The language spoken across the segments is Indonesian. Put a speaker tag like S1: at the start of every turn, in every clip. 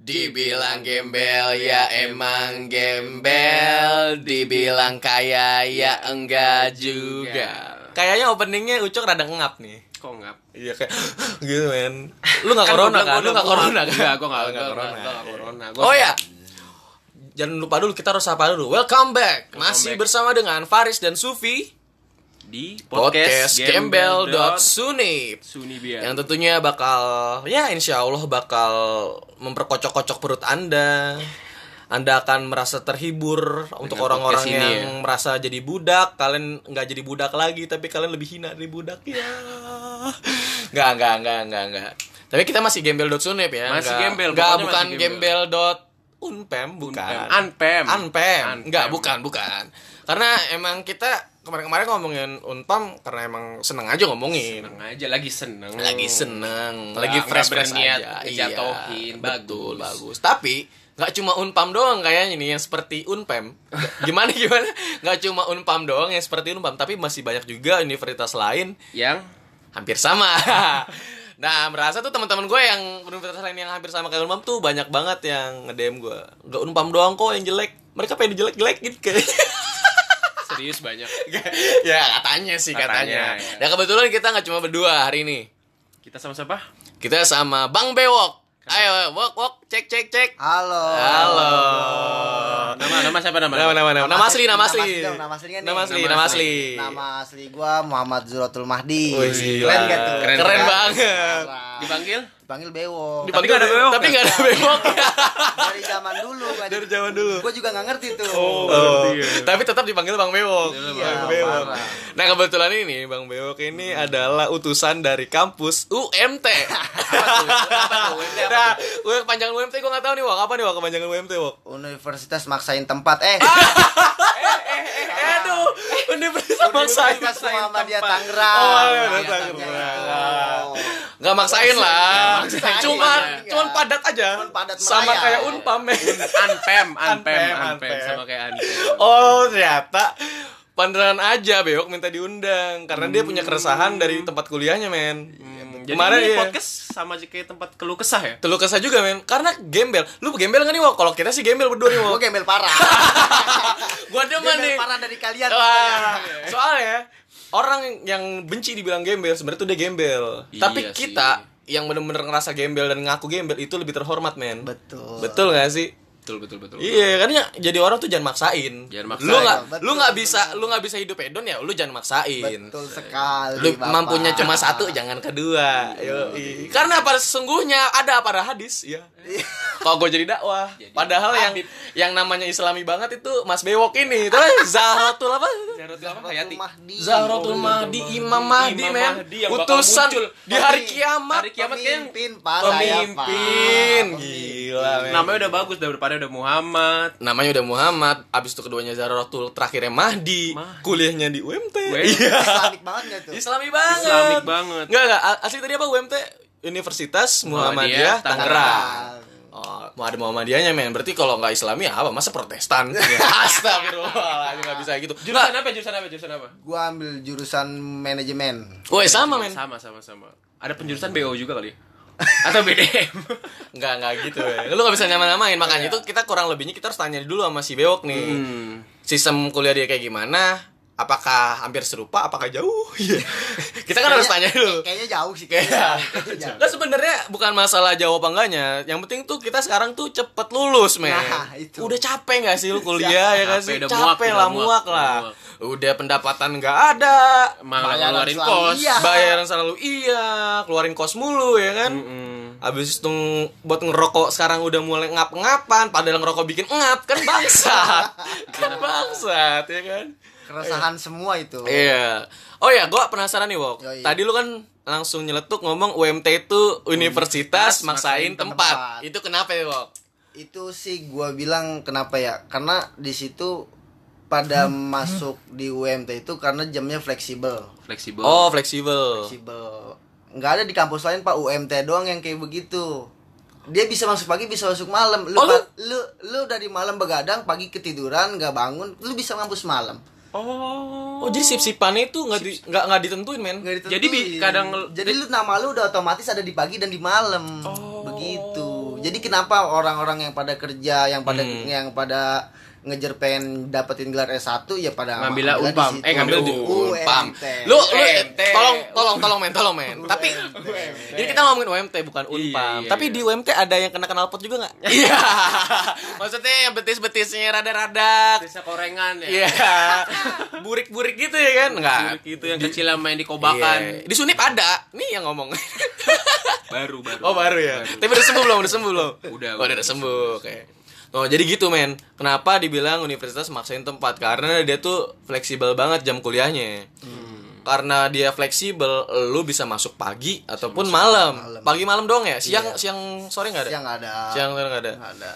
S1: Dibilang gembel ya emang gembel, dibilang kaya ya enggak juga. Kayaknya openingnya Ucok rada ngap nih.
S2: Kok ngap?
S1: Iya kayak gitu men. Lu gak corona kan? Lu gak corona kan?
S2: Enggak, gue gak corona.
S1: Oh ya, jangan lupa dulu, kita harus sapa dulu. Welcome back. Masih bersama dengan Faris dan Sufi
S2: di
S1: podcast Gembel.Sunip.
S2: Sunibian.
S1: Yang tentunya bakal, ya insya Allah bakal memperkocok-kocok perut Anda. Anda akan merasa terhibur. Untuk orang-orang yang merasa jadi budak. Kalian gak jadi budak lagi, tapi kalian lebih hina dari budak ya. Enggak. Tapi kita masih Gembel.Sunip ya.
S2: Masih Gembel.
S1: Enggak, bukan Gembel.Unpem. Bukan
S2: Unpem.
S1: Enggak, bukan. Karena emang kita kemarin ngomongin Unpam karena emang seneng aja ngomongin. Lagi seneng. Lagi fresh aja.
S2: Jatohin.
S1: Betul, bagus. Tapi nggak cuma Unpam doang kayaknya nih yang seperti Unpem. Gimana? Nggak cuma Unpam doang yang seperti Unpam, tapi masih banyak juga universitas lain
S2: yang
S1: hampir sama. Nah, merasa tuh teman-teman gue yang universitas lain yang hampir sama kayak Unpam tuh banyak banget yang nge-DM gue. Nggak Unpam doang kok yang jelek. Mereka pengen dijelek-jelekin kayaknya.
S2: Serius banyak.
S1: Ya katanya sih.
S2: Ya.
S1: Nah kebetulan kita nggak cuma berdua hari ini.
S2: Kita sama siapa?
S1: Kita sama Bang Bewok. Ayo, wok, cek.
S3: Halo.
S2: Nama siapa nama?
S1: Nama asli.
S3: Nama asli gua Muhammad Zuratul Mahdi.
S1: Keren
S3: gak tuh?
S1: Keren banget.
S2: Dipanggil
S3: Bewok.
S1: Tapi nggak ada Bewok.
S3: Dari zaman dulu. Gua juga nggak ngerti tuh.
S1: Tapi tetap dipanggil Bang Bewok.
S3: Iya,
S1: Bewok. Nah kebetulan ini Bang Bewok ini adalah utusan dari kampus UMT.
S2: Apa tuh?
S1: Nah, kepanjangan UMT gue nggak tahu nih Wok. Apa nih Wok kepanjangan UMT Wok?
S3: Universitas maksain tempat.
S1: Aduh, Universitas maksain.
S3: Universitas Muhammadiyah Tangerang.
S1: Nggak maksain lah.
S3: Maksain.
S1: Cuman padat aja. Sama kayak Unpam.
S2: Unpem sama kayak Unpem.
S1: Oh, ternyata panderan aja Bewok minta diundang karena dia punya keresahan dari tempat kuliahnya, men.
S2: Jadi
S1: kemarin
S2: ini
S1: ya.
S2: podcast sama aja kayak tempat keluh kesah ya?
S1: Keluh kesah juga, men. Karena gembel. Lu gembel enggak nih, Wok? Kalau kita sih gembel berdua nih, Wok.
S3: Gua gembel parah.
S1: Gua demen nih.
S3: Gembel parah dari kalian.
S1: Wah, soalnya orang yang benci dibilang gembel sebenarnya tuh dia gembel.
S2: Iya
S1: Tapi
S2: sih.
S1: kita yang bener-bener ngerasa gembel dan ngaku gembel itu lebih terhormat, men.
S3: Betul
S1: Gak sih?
S2: Betul.
S1: Iya, karena jadi orang tuh jangan maksain.
S2: Maksain.
S1: Lu nggak bisa hidup hedon ya, lu jangan maksain.
S3: Betul sekali.
S1: Lu
S3: Bapak.
S1: mampunya cuma satu, jangan kedua. Yoi. Karena pada sesungguhnya ada pada hadis, ya. Kalau gue jadi dakwah, padahal yang namanya Islami banget itu Mas Bewok ini. Terus Zahratul Mahdi, Imam Mahdi, men. Utusan di hari kiamat. Pemimpin. Gila, men.
S2: Namanya udah bagus daripada udah Muhammad.
S1: Namanya udah Muhammad, abis itu keduanya Zahratul, terakhirnya Mahdi. Kuliahnya di UMT.
S3: Islamic banget gak tuh?
S1: Islami banget. Enggak. Asli tadi apa UMT? Universitas Muhammadiyah Tangerang. Oh, mau ada Muhammadiyahnya, men. Berarti kalau nggak Islami apa? Masa Protestan? Astagfirullah, nggak bisa gitu.
S2: Jurusan apa?
S3: Gua ambil jurusan manajemen.
S1: Woi, sama, men.
S2: Sama. Ada penjurusan BO juga kali. Atau BDM.
S1: Enggak gitu ya. Lu gak bisa nyamain. Makanya itu kita kurang lebihnya kita harus tanya dulu sama si Bewok nih. Sistem kuliah dia kayak gimana? Apakah hampir serupa? Apakah jauh? Kita kan harus tanya dulu.
S3: Kayaknya jauh sih.
S1: Nah sebenarnya bukan masalah jauh apa enggaknya. Yang penting tuh kita sekarang tuh cepet lulus, men.
S3: Nah, itu.
S1: Udah capek gak sih lu kuliah ya kan sih? Capek lah, muak lah. Udah pendapatan gak ada.
S2: Malah ngeluarin kos.
S1: Bayaran selalu keluarin kos mulu ya kan. Abis itu buat ngerokok sekarang udah mulai ngap-ngapan. Padahal ngerokok bikin ngap kan bangsat. Ya kan.
S3: Keresahan semua itu.
S1: Iya. Oh ya, gue penasaran nih, Wok.
S3: Yoi.
S1: Tadi lu kan langsung nyeletuk ngomong UMT itu Universitas maksain tempat. Itu kenapa ya, Wok?
S3: Itu sih gua bilang kenapa ya? Karena di situ pada masuk di UMT itu karena jamnya fleksibel.
S1: Oh, fleksibel.
S3: Nggak ada di kampus lain, Pak. UMT doang yang kayak begitu. Dia bisa masuk pagi, bisa masuk malam. Lu dari malam begadang, pagi ketiduran, nggak bangun, lu bisa ngampus malam.
S1: Oh, jadi sip-sipannya itu nggak ditentuin, men.
S3: Jadi lu nama lu udah otomatis ada di pagi dan di malam. Begitu. Jadi kenapa orang-orang yang pada kerja, yang pada ngejar pengen dapetin gelar S1 ya pada
S2: ngambil Unpam.
S1: Ngambil di Unpam. Lu tolong men. Tapi ini kita ngomongin UMT bukan Unpam. Tapi di UMT ada yang kena knalpot juga enggak? Iya. Maksudnya yang betis-betisnya rada-rada
S2: bisa korengan ya.
S1: Iya. Burik-burik gitu ya kan? Enggak.
S2: Burik gitu yang kecil main di kobakan.
S1: Di Sunip ada. Nih yang ngomong.
S2: Baru.
S1: Oh, baru ya. Tapi udah sembuh belum? Udah sembuh. Oke. Oh, jadi gitu men. Kenapa dibilang universitas maksain tempat? Karena dia tuh fleksibel banget jam kuliahnya. Karena dia fleksibel, lu bisa masuk pagi ataupun malam. Pagi malam doang ya? Siang sore enggak ada? Siang sore enggak ada.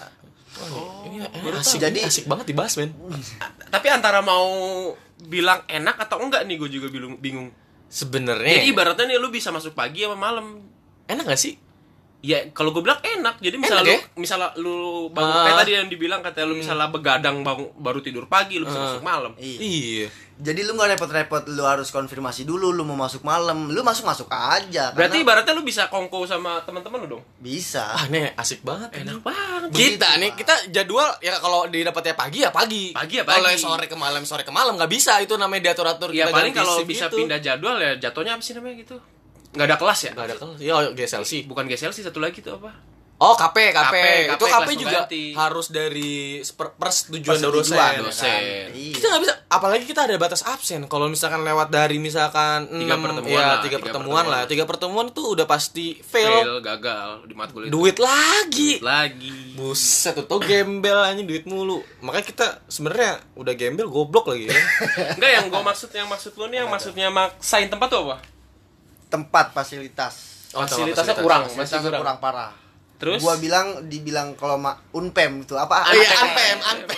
S1: Ini asik banget dibahas men.
S2: Tapi antara mau bilang enak atau enggak nih, gue juga bingung.
S1: Sebenarnya.
S2: Jadi ibaratnya nih lu bisa masuk pagi sama malam.
S1: Enak gak sih?
S2: Ya kalau gue bilang enak. Jadi misalnya lu bangun kayak tadi yang dibilang katanya lu misalnya begadang baru tidur pagi, lu bisa masuk malam.
S3: Iya. Jadi lu gak repot-repot lu harus konfirmasi dulu lu mau masuk malam. Lu masuk aja.
S2: Berarti ibaratnya lu bisa kongko sama teman-teman lu dong.
S3: Bisa.
S1: Nih asik banget.
S2: Enak banget.
S1: Kita jadwal ya kalau didapatnya pagi ya pagi. Kalau sore ke malam nggak bisa, itu namanya diatur-atur.
S2: Ya paling kalau bisa gitu. Pindah jadwal ya jatuhnya apa sih namanya gitu? Nggak ada kelas ya?
S1: Nggak ada kelas. Ya GSLC.
S2: Bukan GSLC, satu lagi tuh apa?
S1: Oh, KP. Itu KP juga
S2: ganti.
S1: harus dari persetujuan dosen.
S2: Kan?
S1: Kita nggak bisa, apalagi kita ada batas absen. Kalau misalkan lewat dari misalkan 3 pertemuan lah. 3 pertemuan tuh udah pasti fail,
S2: gagal di matkul itu.
S1: Duit lagi.
S2: Buset,
S1: tuh gembel aja duit mulu. Makanya kita sebenarnya udah gembel goblok lagi kan.
S2: Enggak, yang maksud lu nih yang maksudnya maksain tempat tuh apa?
S3: Tempat fasilitas.
S2: Fasilitasnya masih kurang
S3: parah.
S2: Terus
S3: gua dibilang kalau Unpem itu apa?
S1: Anpem.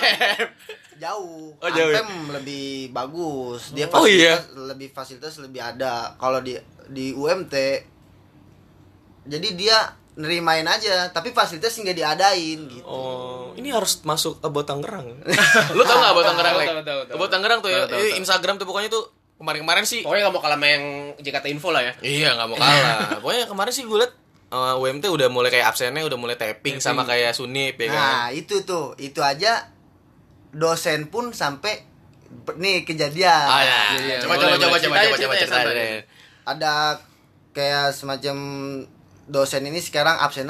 S3: Jauh.
S1: Jauh.
S3: Anpem lebih bagus. Dia fasilitas lebih ada. Kalau di UMT jadi dia nerimain aja, tapi fasilitas nggak diadain gitu.
S1: Oh, ini harus masuk Abot Tangerang. Lu tau nggak Abot Tangerang? Abot Tangerang tuh ya. Instagram tuh pokoknya tuh kemarin sih.
S2: Pokoknya nggak mau kalah sama yang JKT Info lah ya.
S1: Iya, nggak mau kalah. Pokoknya kemarin sih gue liat UMT udah mulai kayak absennya udah mulai tapping sama kayak Sunip ya kan.
S3: Nah, itu aja dosen pun sampai nih kejadian.
S1: Iya. Coba cerita.
S3: Ada kayak semacam dosen ini sekarang absen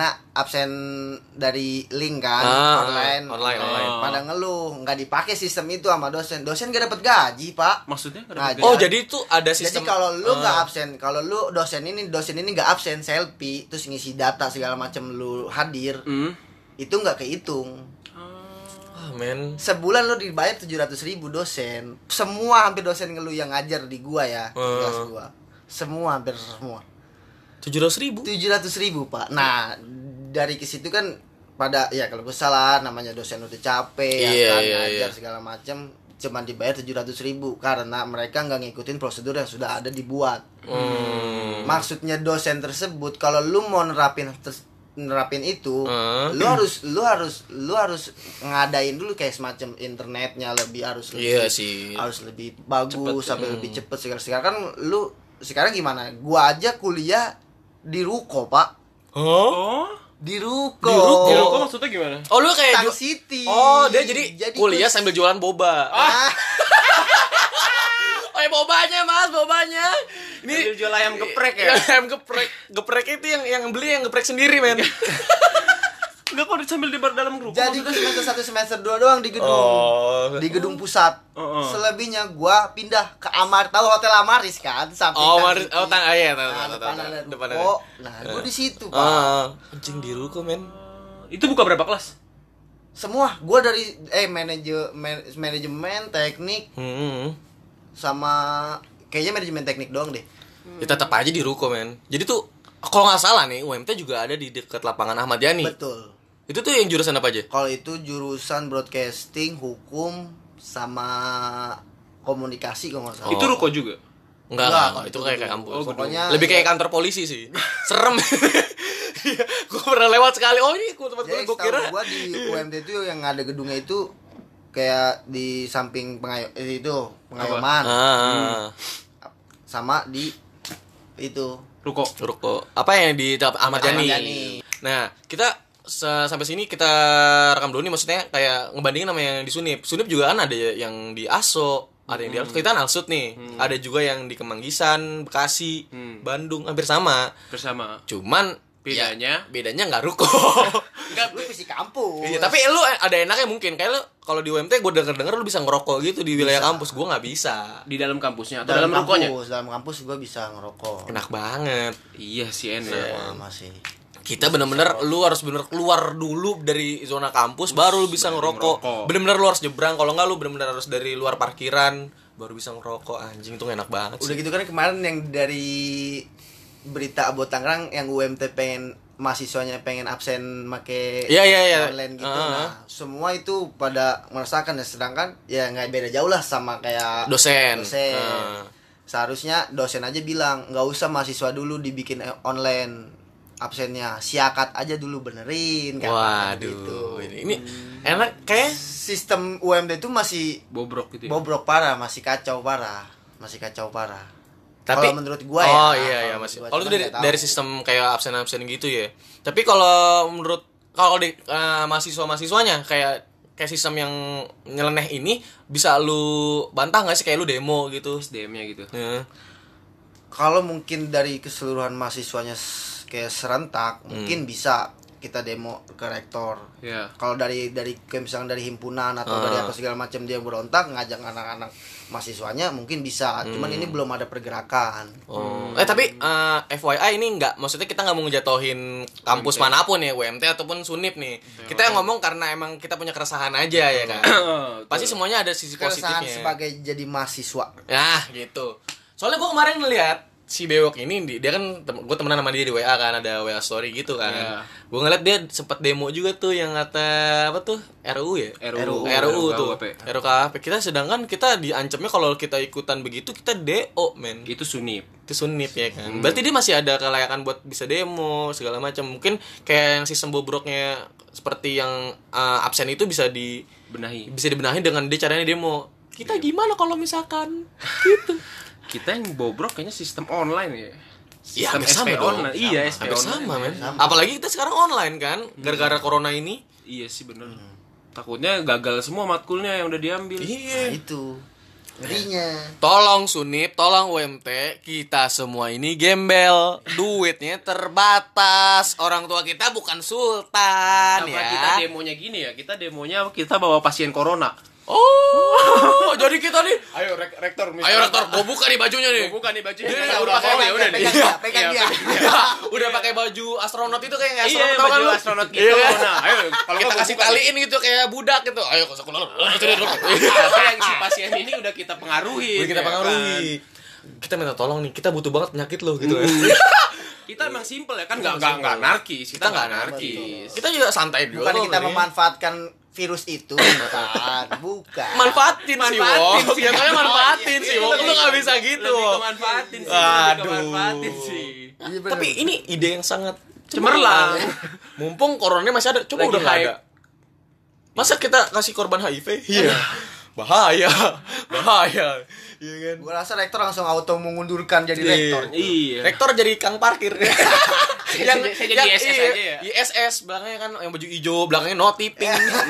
S3: dari link kan, online. Pada ngeluh nggak dipakai sistem itu sama dosen gak dapat gaji pak.
S2: Maksudnya
S1: jadi itu ada sistem.
S3: Jadi kalau lu nggak absen, kalau lu dosen ini nggak absen selfie terus ngisi data segala macam lu hadir, itu nggak kehitung.
S1: Men.
S3: Sebulan lu dibayar 700.000 dosen. Hampir dosen ngeluh yang ngajar di gua ya, kelas gua. Hampir semua.
S1: 700.000
S3: pak. Nah dari ke situ kan pada ya kalau gue salah namanya dosen udah capek ngajar segala macam cuman dibayar 700.000 karena mereka nggak ngikutin prosedur yang sudah ada dibuat. Maksudnya dosen tersebut kalau lu mau nerapin itu lu harus ngadain dulu kayak semacam internetnya harus lebih bagus sampai lebih cepet sekarang kan lu sekarang gimana? Gua aja kuliah di ruko, Pak. Di ruko
S2: maksudnya gimana?
S1: Oh, lu kayak
S3: Tang City.
S1: Oh, dia jadi kuliah sambil jualan boba. Bobanya.
S2: Ini jual ayam geprek ya?
S1: Ayam geprek. Geprek itu yang beli yang geprek sendiri, men.
S2: Enggak, kok sambil di dalam grup.
S3: Jadi gue semester 1 semester 2 doang di gedung. Di gedung pusat. Selebihnya gua pindah ke tahu Hotel Amaris kan, samping
S1: Amaris. Tahu.
S3: Depan ada. Nah, gua di situ, Pak.
S1: Anjing di ruko, men.
S2: Itu buka berapa kelas?
S3: Semua. Gua dari manajemen teknik. Sama kayaknya manajemen teknik doang deh.
S1: Ya tetap aja di ruko, men. Jadi tuh kalau nggak salah nih UMT juga ada di dekat lapangan Ahmad Yani.
S3: Betul.
S1: Itu tuh yang jurusan apa aja?
S3: Kalau itu jurusan broadcasting, hukum, sama komunikasi kalau nggak salah.
S2: Itu ruko juga?
S1: Enggak, itu kayak kampus.
S3: Pokoknya
S1: lebih kayak kantor polisi sih. Serem. Gue pernah lewat sekali. Oh, ini tempat gue kira.
S3: Gue di UMT itu yang ada gedungnya itu kayak di samping pengayoman. Sama di itu
S1: ruko. Apa yang di Ahmad Yani. Nah, kita sampai sini kita rekam dulu nih, maksudnya kayak ngebandingin sama yang di Sunip. Sunip juga kan ada yang di Aso, ada yang di Alsut. Kita kan Alsut nih. Ada juga yang di Kemanggisan, Bekasi, Bandung, hampir sama. Cuman bedanya nggak ruko.
S3: Enggak, lu mesti kampus.
S1: Iya, tapi lu ada enaknya mungkin. Kayak lu kalau di UMT gue denger lu bisa ngerokok gitu di wilayah kampus. Gue nggak bisa.
S2: Di dalam kampusnya atau dalam rukonya?
S3: Dalam kampus gue bisa ngerokok.
S1: Enak banget.
S2: Iya sih enak.
S3: Masih.
S1: Kita bener-bener lu harus bener keluar dulu dari zona kampus baru lu bisa ngerokok. Bener-bener lu harus nyebrang, kalau enggak lu bener-bener harus dari luar parkiran baru bisa ngerokok. Anjing tuh enak banget sih.
S3: Udah gitu kan kemarin yang dari berita Abo Tangerang yang UMT pengen mahasiswanya pengen absen make online gitu. Nah, semua itu pada merasakan ya, sedangkan ya nggak beda jauh lah sama kayak
S1: dosen.
S3: Seharusnya dosen aja bilang nggak usah mahasiswa dulu dibikin online absennya, siakat aja dulu benerin kan.
S1: Waduh, gitu. Ini enak kayak
S3: sistem UMT itu masih
S2: bobrok gitu.
S3: Bobrok parah, masih kacau parah.
S1: Tapi
S3: kalau menurut gua ya.
S1: Iya masih. Kalau itu dari sistem kayak absen gitu ya. Tapi kalau di mahasiswanya kayak sistem yang nyeleneh ini bisa lu bantah nggak sih, kayak lu demo gitu
S2: SDM-nya gitu.
S1: Ya.
S3: Kalau mungkin dari keseluruhan mahasiswanya kayak serentak, mungkin bisa kita demo ke rektor. Kalau dari misalnya dari himpunan atau dari apa segala macam dia berontak ngajak anak-anak mahasiswanya mungkin bisa. Cuman ini belum ada pergerakan.
S1: Tapi FYI ini maksudnya kita nggak mau ngejatohin kampus manapun ya, UMT ataupun Sunip nih. Kita yang ngomong karena emang kita punya keresahan aja ya kan. Pasti semuanya ada sisi positifnya.
S3: Keresahan sebagai jadi mahasiswa.
S1: Nah gitu. Soalnya gue kemarin ngeliat si Bewok ini, dia kan gue temenan sama dia di WA kan, ada WA story gitu kan. Gue ngeliat dia sempat demo juga tuh yang kata apa tuh RUU ya, RUU tuh RUKP. Sedangkan kita diancamnya kalau kita ikutan begitu kita DO men.
S2: Itu Sunip
S1: ya kan. Berarti dia masih ada kelayakan buat bisa demo segala macam. Mungkin kayak yang sistem bobroknya seperti yang absen itu bisa dibenahi dengan dia caranya demo. Kita gimana kalau misalkan gitu?
S2: Kita yang bobrok kayaknya sistem online ya.
S1: Sistem SP online. Iya, SP online. Sama, men. Apalagi kita sekarang online kan, gara-gara corona ini.
S2: Iya sih benar. Takutnya gagal semua matkulnya yang udah diambil.
S3: Iya. Nah, itu ngerinya.
S1: Tolong Sunip, tolong UMT, kita semua ini gembel, duitnya terbatas. Orang tua kita bukan sultan ya.
S2: Kita demonya gini ya, kita bawa pasien corona.
S1: Jadi kita nih.
S2: Ayo rektor,
S1: gua buka nih bajunya nih.
S3: Pegang dia.
S1: Udah pakai baju astronot itu kayak
S2: astronot. Iya, baju astronot gitu. Nah, ayo
S1: kalau kita kasih taliin gitu kayak budak gitu. Ayo ke sekolah.
S2: Tapi yang si pasien ini udah kita pengaruhi.
S1: Kita minta tolong nih, kita butuh banget penyakit lo gitu.
S2: Kita emang simple ya kan, enggak anarkis. Kita enggak anarkis.
S1: Kita juga santai juga.
S3: Bukan kita memanfaatkan virus itu, bukan.
S1: Manfaatin sih, Wok. Lu enggak bisa gitu.
S2: Manfaatin sih.
S1: Tapi ini ide yang sangat
S2: cemerlang.
S1: Mumpung coronanya masih ada, coba udah enggak ada. Masa kita kasih korban HIV? Iya. Bahaya. Iya kan?
S3: Gua rasa rektor langsung auto mengundurkan jadi rektor.
S2: Iya.
S1: Rektor jadi kang parkir.
S2: Saya jadi ISS aja ya.
S1: ISS belakangnya kan yang baju hijau, belakangnya no tipping.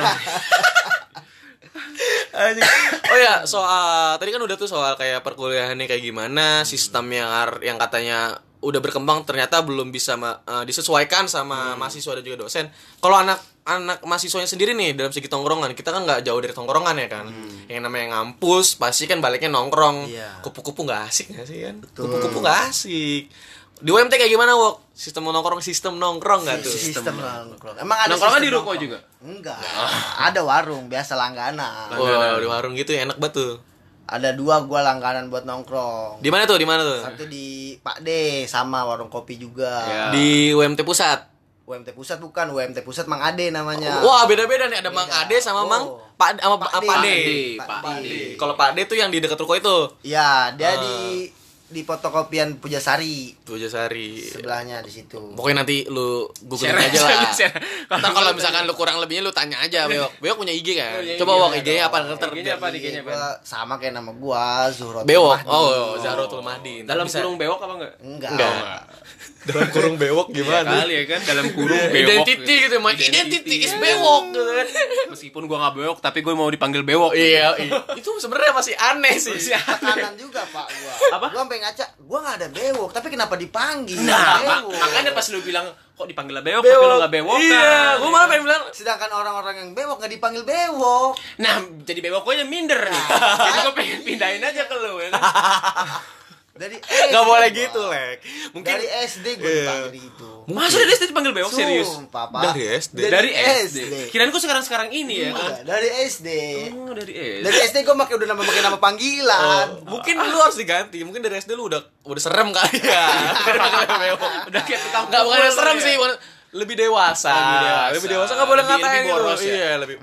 S1: Oh ya, soal tadi kan udah tuh soal kayak perkuliahannya kayak gimana, sistem yang katanya udah berkembang ternyata belum bisa disesuaikan sama mahasiswa dan juga dosen. Kalau anak mahasiswanya sendiri nih dalam segi tongkrongan, kita kan nggak jauh dari tongkrongan ya kan. Yang namanya ngampus pasti kan baliknya nongkrong. Kupu-kupu nggak asik nggak sih kan? Kupu-kupu nggak asik. Di UMT kayak gimana, Wok? Sistem nongkrong nggak tuh?
S3: Sistem nongkrong. Emang ada
S2: nongkrongan di ruko juga?
S3: Enggak. Ada warung biasa langganan.
S1: Di warung gitu ya, enak banget tuh.
S3: Ada 2 gua langganan buat nongkrong.
S1: Di mana tuh?
S3: Satu di Pak D sama warung kopi juga.
S1: Di UMT Pusat.
S3: UMT Pusat bukan, UMT Pusat Mang Ade namanya.
S1: Wah, beda-beda nih, ada Mang Ade sama Mang Pak D. Kalau Pak D tuh yang di dekat ruko itu.
S3: Iya, dia di fotokopian Pujasari. Sebelahnya di situ.
S1: Pokoknya nanti lu googling aja lah. Ntar kalau misalkan lu kurang lebihnya lu tanya aja, Bewok punya IG kan? Coba Wok IG-nya apa?
S2: IG-nya apa?
S3: Sama kayak nama gua, Zuhrotul
S1: Bewok.
S3: Mahdi.
S1: Zahrotul Mahdi.
S2: Dalam kurung Bewok apa enggak?
S3: Enggak.
S1: Dalam kurung bewok gimana?
S2: Iya kali ya kan, dalam kurung bewok.
S1: Identity gitu, my identity is bewok gitu kan.
S2: Meskipun gue gak bewok, tapi gue mau dipanggil bewok.
S1: Iya. Itu sebenarnya masih aneh sih.
S3: Tekanan juga Pak gua.
S2: Apa?
S3: Gua sampai ngaca, gua enggak ada bewok, tapi kenapa dipanggil?
S2: Nah,
S3: bewok.
S2: makanya pas lu bilang kok dipanggil bewok, tapi lu gak bewok kan.
S1: Iya, gue malah pengen bilang
S3: Sedangkan orang-orang yang bewok nggak dipanggil bewok.
S2: nah, jadi bewok gue minder nih. Jadi gue pengen pindahin aja ke lu ya kan.
S3: Dari SD.
S1: nggak boleh
S3: Pak.
S1: gitu, Lek. Mungkin
S3: Dari SD gue dipanggil gitu.
S2: Masa dari SD dipanggil bewok serius?
S3: Sumpah, Pak.
S1: Dari SD.
S2: Dari SD. Kirain gue sekarang ini ya kan.
S3: Enggak, dari SD.
S2: Oh, dari SD.
S3: Dari SD gue pakai nama panggilan.
S1: Mungkin lu harus diganti. Mungkin dari SD lu udah serem kali ya.
S2: Udah kayak tukang
S1: Enggak bukan
S2: pukul
S1: serem
S2: ya.
S1: sih, lebih dewasa.
S2: Lebih dewasa.
S1: Enggak boleh
S2: Lebih
S1: ngatain gitu.
S2: boros ya?
S1: Iya, lebih.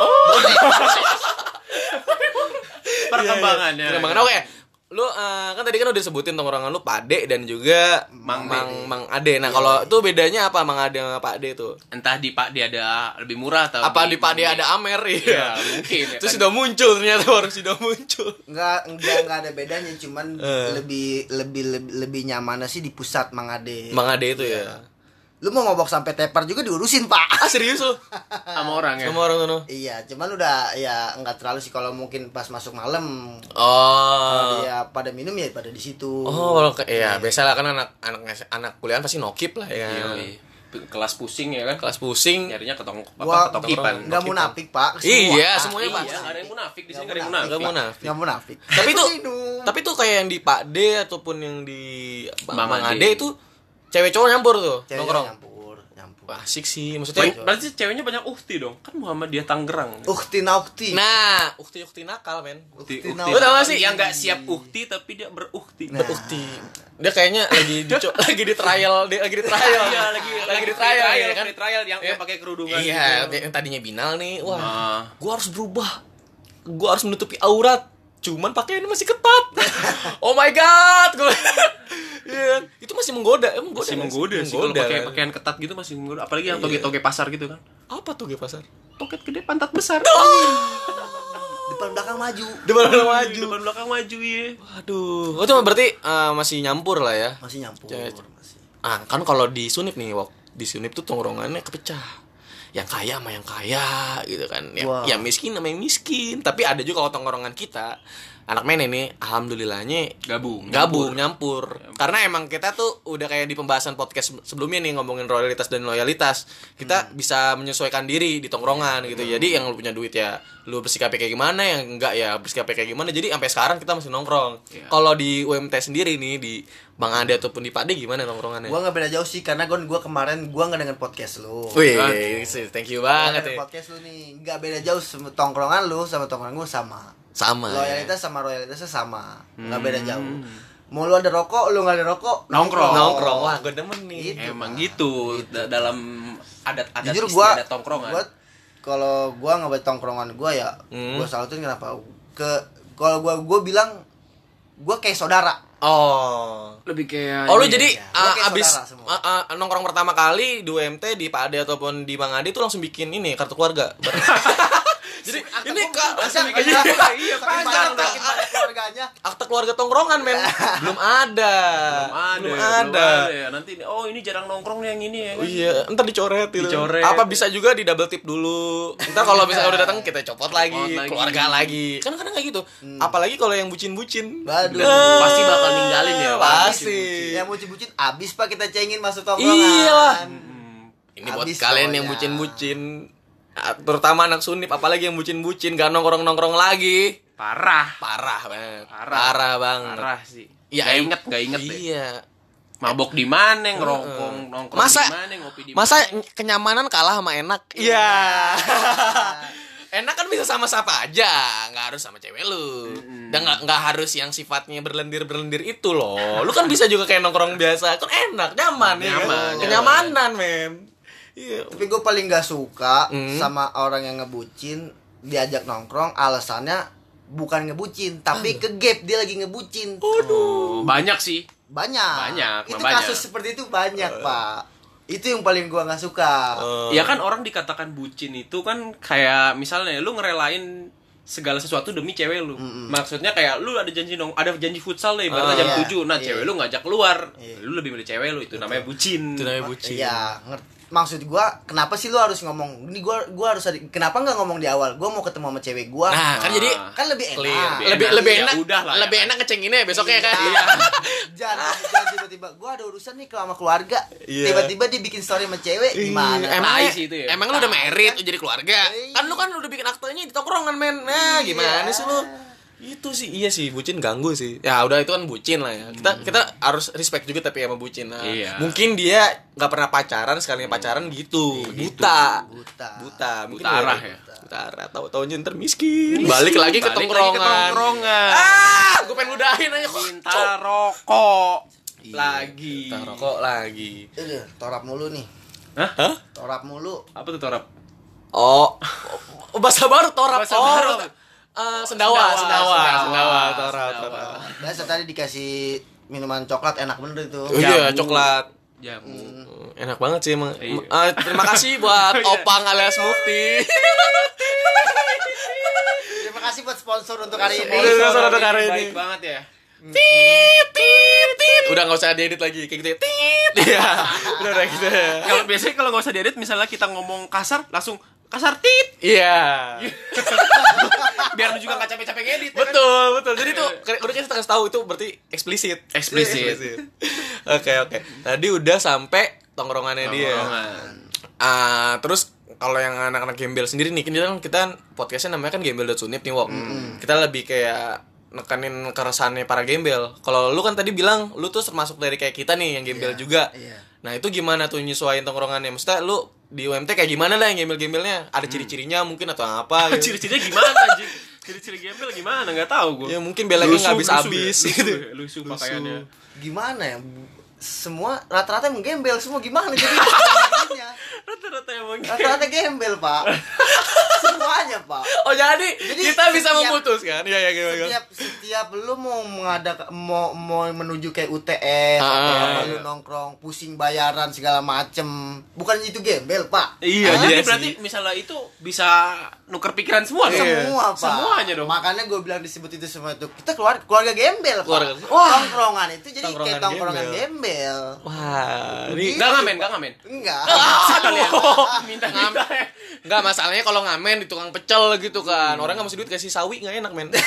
S2: Perkembangannya.
S1: Perkembangan. Oke. Lu kan tadi kan udah sebutin tongkrongan lu Pade dan juga Mang Ade. Nah, kalau itu bedanya apa Mang Ade sama Pak Ade tuh?
S2: Entah di Pak dia ada lebih murah atau
S1: Apa di Pak Ade ada Amer
S2: ya,
S1: ya?
S2: mungkin ya
S1: Terus
S2: kan.
S1: sudah muncul ternyata baru sudah muncul.
S3: Enggak ada bedanya, cuman lebih nyamannya sih di pusat Mang Ade.
S1: Mang Ade itu ya.
S3: Lu mau ngobok sampai tepar juga diurusin, Pak.
S1: Ah, serius lu?
S2: sama orang ya.
S1: Sama orang sono.
S3: Iya, cuman udah ya enggak terlalu sih kalau mungkin pas masuk malam.
S1: Oh.
S3: Kalau dia pada minum ya pada di situ.
S1: Oh, iya, biasa lah kan anak kuliahan pasti nokip lah ya.
S2: Iya. Kelas pusing ya kan.
S1: Kelas pusing.
S2: Nyarinya
S3: Wah,
S2: ketokipan.
S3: enggak munafik, Pak.
S1: Iya, semuanya
S2: Iya,
S1: pasti.
S2: enggak ada yang munafik di sini,
S3: Nggak
S2: enggak ada yang
S1: Enggak
S2: munafik.
S1: munafik.
S3: Enggak munafik.
S1: Tapi itu kayak yang di Pak D ataupun yang di
S2: Mang
S1: Mang
S2: Ade.
S1: Ade itu cewek cowok nyampur tuh,
S3: Cewek
S1: nongkrong.
S3: nyampur.
S1: Wah, asik sih. Maksudnya
S2: Berarti ceweknya banyak uhti dong. Kan Muhammadiyah Tangerang.
S3: Ukti naukti.
S1: nah, ukti nakal, men.
S3: Ukti
S2: Uhti.
S3: naukti.
S1: Lu tau gak sih?
S2: Yang enggak siap uhti tapi dia beruhti.
S3: Nah.
S1: Ukti. Dia kayaknya lagi di trial,
S2: Iya,
S1: lagi di trial ya kan.
S2: Free trial yang pakai kerudungan
S1: Iya,
S2: gitu.
S1: yang tadinya binal nih. Wah,
S2: Nah.
S1: gua harus berubah. Gua harus menutupi aurat. Cuman pakaiannya masih ketat. Oh my god. Iya, itu masih menggoda.
S2: Masih menggoda sih kalau pakai pakaian ketat gitu, masih menggoda. Apalagi yang toge-toge pasar gitu kan.
S1: Apa tuh pasar?
S2: Toket gede pantat besar.
S3: Depan belakang maju.
S1: Depan maju.
S2: Depan belakang maju ya.
S1: Waduh. Oh, itu berarti masih nyampur lah ya.
S3: Masih nyampur.
S1: Cewek.
S3: Masih.
S1: Kan kalau di Sunip nih, di Sunip tuh tongkrongannya kepecah. Yang kaya sama yang kaya gitu kan. Yang miskin sama yang miskin. Tapi ada juga kalau tongkrongan kita, anak men ini alhamdulillahnya
S2: Gabung
S1: nyampur. Karena emang kita tuh udah kayak di pembahasan podcast sebelumnya nih ngomongin royalitas dan loyalitas. Kita bisa menyesuaikan diri di tongkrongan gitu. Jadi yang lu punya duit ya lu bersikapnya kayak gimana, yang enggak ya bersikapnya kayak gimana. Jadi sampai sekarang kita masih nongkrong. Kalau di UMT sendiri nih, di Bang Ade ataupun di Pak D gimana nongkrongannya?
S3: Gua enggak beda jauh sih karena gua kemarin gua enggak dengan podcast lu.
S1: Wih, thank you banget ya.
S3: Podcast lu nih enggak beda jauh sama tongkrongan lu sama tongkrongan gua sama.
S1: Sama.
S3: Loyalitas sama royalitasnya sama. Enggak beda jauh. Mau lu ada rokok, lu enggak ada rokok,
S1: Nongkrong. Wah, gue demen nih.
S3: Gitu,
S2: Emang
S3: Pak.
S2: gitu. Dalam adat
S3: Jujur gua
S2: istiadat tongkrongan.
S3: Kalau gua nggak tongkrongan gua ya, gua salutin kenapa? Kalau gua bilang gua kayak saudara.
S1: Oh.
S2: Lebih kayak
S1: Oh, lu
S2: ini
S1: jadi
S2: ya.
S3: Gua kayak
S1: abis
S3: saudara semua.
S1: nongkrong pertama kali di UMT di Pak Ade ataupun di Bang Ade tuh langsung bikin ini kartu keluarga. Jadi ini
S3: Masa
S2: Iya,
S3: saking
S2: panjang
S3: banyak keluarganya.
S1: akte keluarga tongkrongan, men. Belum ada.
S2: belum ada. Ya. Nanti ini jarang nongkrong nih yang ini ya.
S1: Oh iya, entar dicoret gitu.
S2: Dicoret.
S1: Apa bisa juga di double tip dulu. Entar kalau misalnya udah datang kita copot lagi,
S2: lagi.
S1: keluarga lagi. Kan kadang kayak gitu. Apalagi kalau yang bucin-bucin.
S3: Waduh.
S2: Pasti bakal ninggalin ya.
S1: Pasti.
S3: Yang bucin-bucin abis Pak kita cengin masuk tongkrongan.
S1: Iyalah. Ini buat
S3: Habis
S1: kalian yang
S3: pokoknya.
S1: bucin-bucin, terutama anak Sunip, apalagi yang bucin-bucin gak nongkrong-nongkrong lagi.
S2: Parah
S1: Banget.
S2: Parah.
S1: Parah banget.
S2: Parah sih.
S1: Ya,
S2: Gak inget deh.
S1: Iya.
S2: Mabok di mana, nongkrong
S1: Masa
S2: di mana, ngopi di mana.
S1: masa kenyamanan kalah sama enak? Iya. Enak kan bisa sama siapa aja, nggak harus sama cewek lu. Dan nggak harus yang sifatnya berlendir itu loh. Lu kan bisa juga kayak nongkrong biasa, kan enak, nyaman ya.
S2: Nyaman,
S1: Kenyamanan, men. Iya.
S3: Tapi gue paling gak suka sama orang yang ngebucin diajak nongkrong, alasannya bukan ngebucin tapi ke gap dia lagi ngebucin.
S2: Banyak sih.
S3: Banyak. Itu
S2: banyak.
S3: kasus seperti itu banyak, Pak. Itu yang paling gua nggak suka.
S2: Ya kan orang dikatakan bucin itu kan kayak misalnya lu ngerelain segala sesuatu demi cewek lu. Maksudnya kayak lu ada janji futsal nih, berarti jam 7. Nah, cewek lu ngajak keluar. Lu lebih milih cewek lu, itu namanya bucin.
S3: Iya, maksud gua kenapa sih lu harus ngomong ini, gua harus kenapa nggak ngomong di awal gua mau ketemu sama cewek gua.
S1: Nah, kan jadi
S3: kan lebih enak.
S1: Lebih enak.
S2: Ya udah lah,
S1: lebih enak ngecenginnya besoknya kan.
S2: Iya.
S3: Jangan tiba-tiba gua ada urusan nih sama keluarga. Tiba-tiba dia bikin story sama cewek gimana?
S1: Emang
S2: sih itu ya.
S1: Emang lu udah married, jadi keluarga. Kan lu kan udah bikin aktenya di tongkrongan, men. Nah, gimana sih lu? Itu sih iya sih, bucin ganggu sih. Ya udah itu kan bucin lah ya. Kita harus respect juga tapi sama bucin. Nah, mungkin dia nggak pernah pacaran, sekalinya pacaran gitu. Buta. Mungkin
S2: buta arah ya.
S1: Buta arah. Tahu-taunya ntar miskin. Balik lagi ke tongkrongan. Gue pengen ludahin aja kok.
S2: Minta rokok.
S1: Lagi. Minta rokok lagi.
S3: Torap mulu nih.
S2: Hah?
S3: Torap mulu.
S2: Apa tuh torap?
S1: Oh, bahasa baru torap.
S2: Bahasa baru.
S1: Sendawa.
S3: Biasa tadi dikasih minuman coklat enak bener itu.
S1: Iya, coklat.
S2: Jamu.
S1: Enak banget sih emang. Terima kasih buat Opang alias Mufti.
S3: Terima kasih buat sponsor untuk hari ini.
S1: Sponsor untuk hari ini.
S2: Baik banget ya.
S1: Tit. Udah enggak usah diedit lagi kayak gitu ya. Tit. Iya. Udah gitu.
S2: Kalau biasanya kalau enggak usah diedit, misalnya kita ngomong kasar langsung kasar tit.
S1: Iya.
S2: Biar lu juga enggak capek-capek ngedit.
S1: Betul. Jadi tuh udah kita kasih tahu itu berarti eksplisit. Oke. Tadi udah sampai tongkrongannya dia. Terus kalau yang anak-anak gembel sendiri nih, kita podcastnya namanya kan gembel.sunip nih, Wok. Kita lebih kayak nekanin keresahannya para gembel. Kalau lu kan tadi bilang lu tuh termasuk dari kayak kita nih yang gembel juga. Nah, itu gimana tuh nyesuaiin tongkrongannya? Maksudnya lu di UMT kayak gimana lah yang gembel-gembelnya? Ada ciri-cirinya mungkin atau apa gitu.
S2: Ciri-cirinya gimana anjing? Ciri-ciri gembel gimana? Enggak tahu gua.
S1: Ya mungkin belakangnya enggak habis-habis gitu.
S2: Lusuh pakaiannya.
S3: Gimana ya? Semua rata-rata emang gembel semua, gimana jadi? Rata-rata gembel, Pak. Semuanya, Pak.
S1: Oh, jadi kita bisa memutuskan. Iya.
S3: Setiap lu mau menuju kayak UTS atau lu nongkrong pusing bayaran segala macem, bukan itu gembel, Pak.
S2: Iya, jadi berarti misalnya itu bisa nuker pikiran semua dong.
S3: Semua, Pak.
S2: Semuanya dong.
S3: Makanya gue bilang disebut itu semua itu. Kita keluarga gembel, Pak. Tongkrongan itu jadi kayak tongkrongan gembel.
S1: Wah, ini
S2: enggak ngamen.
S3: Enggak.
S2: Minta.
S1: Enggak, masalahnya kalau ngamen di tukang pecel gitu kan. Orang enggak masih duit kasih sawi enggak enak, men.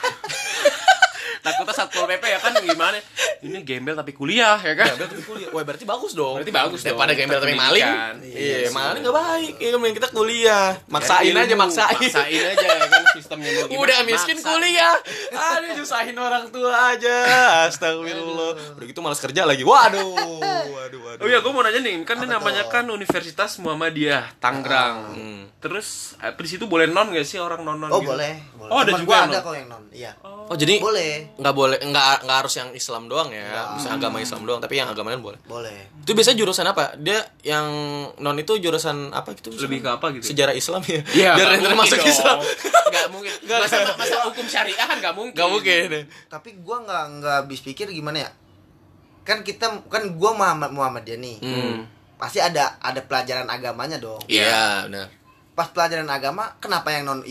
S2: Takutnya Satpol PP ya kan gimana? Ini gembel tapi kuliah ya kan?
S1: Gembel tapi kuliah. Wah, berarti bagus dong.
S2: Daripada
S1: gembel tapi maling. Iya, maling enggak baik. Iya, men kita kuliah. Maksain aja
S2: ya kan sistemnya mau gimana.
S1: Udah miskin kuliah. Aduh, nyusahin orang tua aja. Astagfirullah. Udah gitu malas kerja lagi. Waduh.
S2: Oh iya, gue mau nanya nih, kan ini namanya kan Universitas Muhammadiyah Tangerang. Terus di situ boleh non nggak sih orang non
S3: Oh
S2: gitu?
S3: boleh.
S2: Oh ada juga
S3: ada kok yang non. Iya.
S1: Oh jadi
S3: boleh.
S1: Nggak harus yang Islam doang ya. Bisa agama Islam doang, tapi yang agama lain boleh.
S3: Boleh.
S1: Itu biasanya jurusan apa? Dia yang non itu jurusan apa gitu?
S2: Lebih ke apa gitu?
S1: Sejarah Islam ya.
S2: Iya.
S1: Biar yang masuk Islam.
S2: Nggak mungkin. Masa hukum syariah kan nggak mungkin.
S1: Nggak mungkin.
S3: Tapi gue nggak habis pikir gimana ya. Kan gue Muhammadiyah nih. Pasti ada pelajaran agamanya dong.
S1: Iya, benar.
S3: Pas pelajaran agama, kenapa yang non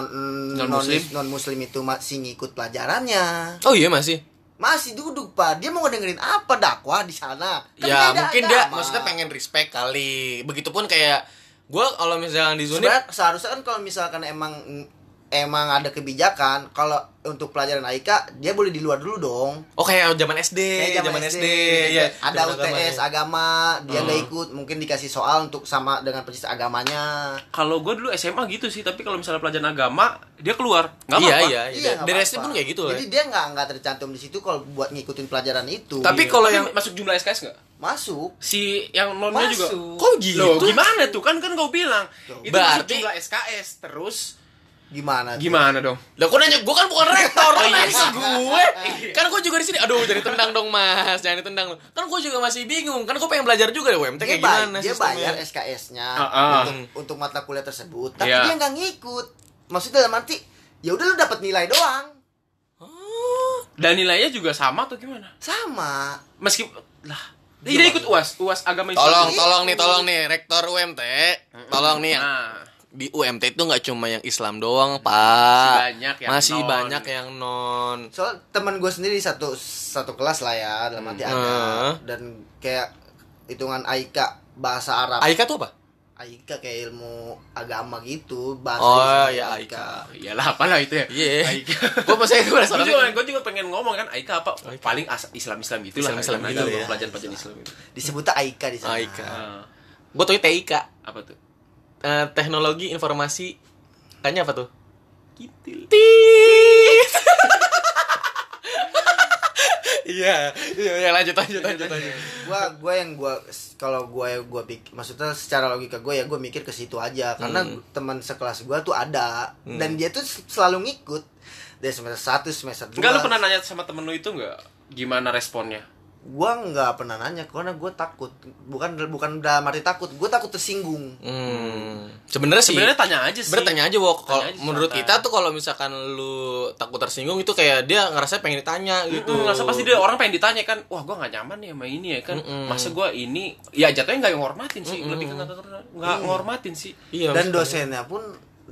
S3: muslim itu masih ngikut pelajarannya?
S1: Oh iya masih
S3: duduk, Pak. Dia mau ngedengerin apa dakwah di sana?
S1: Kan ya mungkin agama. Dia maksudnya pengen respect kali. Begitupun kayak gue kalau misalnya di Zunip
S3: seharusnya kan kalau misalkan emang ada kebijakan kalau untuk pelajaran AIK dia boleh di luar dulu dong.
S1: Oh kayak zaman SD.
S3: Ya. Ada UTS agama dia nggak ikut, mungkin dikasih soal untuk sama dengan persis agamanya.
S2: Kalau gue dulu SMA gitu sih, tapi kalau misalnya pelajaran agama dia keluar nggak
S1: apa-apa.
S2: Iya.
S1: Dari SD pun kayak gitu lah.
S3: Jadi dia nggak tercantum di situ kalau buat ngikutin pelajaran itu.
S2: Tapi kalau yang masuk jumlah SKS nggak?
S3: Masuk.
S2: Si yang nonnya juga.
S1: Kok gitu?
S2: Loh, gimana tuh kan kau bilang itu
S1: berarti
S2: masuk jumlah SKS terus.
S3: Gimana
S2: dong?
S1: Lah kok nanya, gue kan bukan rektor, nanya ke gue. Kan gue juga di sini. Aduh, jadi tendang dong, Mas. Jangan ditendang. Kan gue juga masih bingung. Kan gue pengen belajar juga deh UMT kayak gimana
S3: dia bayar SKS-nya untuk mata kuliah tersebut, tapi dia nggak ngikut. Maksudnya dalam arti, ya udah lu dapat nilai doang.
S2: Dan nilainya juga sama atau gimana?
S3: Sama.
S2: Dia ikut UAS agama Islam.
S1: Tolong nih rektor UMT. Tolong nih. di UMT itu nggak cuma yang Islam doang, Pak.
S2: Masih
S1: banyak yang non.
S3: Soal teman gue sendiri satu kelas lah ya, dalam arti ada, dan kayak hitungan AIKA bahasa Arab.
S1: AIKA tuh apa?
S3: AIKA kayak ilmu agama gitu, bahasa.
S1: Oh ya AIKA.
S2: Iyalah apalah itu ya.
S1: Iya.
S2: AIKA. Gue juga pengen ngomong kan AIKA apa? Paling Islam gitu lah.
S1: Islam gitu ya.
S2: Pelajaran Islam itu.
S3: Disebutnya AIKA di sana.
S1: AIKA. Gue tau TIK.
S2: Apa tuh?
S1: Teknologi informasi. Kayaknya apa tuh?
S2: Kitil.
S1: Iya, lanjut.
S3: Kalau gue pikir, maksudnya secara logika gue ya gue mikir ke situ aja, karena teman sekelas gue tuh ada dan dia tuh selalu ngikut dari semester 1 semester 2.
S2: Enggak, lu pernah nanya sama temen lu itu enggak gimana responnya?
S3: Gue nggak pernah nanya karena gue takut, bukan dalam arti takut, gue takut tersinggung.
S1: Sebenarnya
S2: tanya aja sih.
S1: Tanya aja, Wok. Kalau menurut kita tuh kalau misalkan lu takut tersinggung itu kayak dia ngerasa pengen ditanya gitu.
S2: Ngerasa pasti dia orang pengen ditanya kan. Wah, gue nggak nyaman nih sama ini ya kan. Masa gue ini ya jatuhnya nggak ngormatin sih. Lebih ke nggak ngormatin sih.
S1: Iya,
S3: dan dosennya pun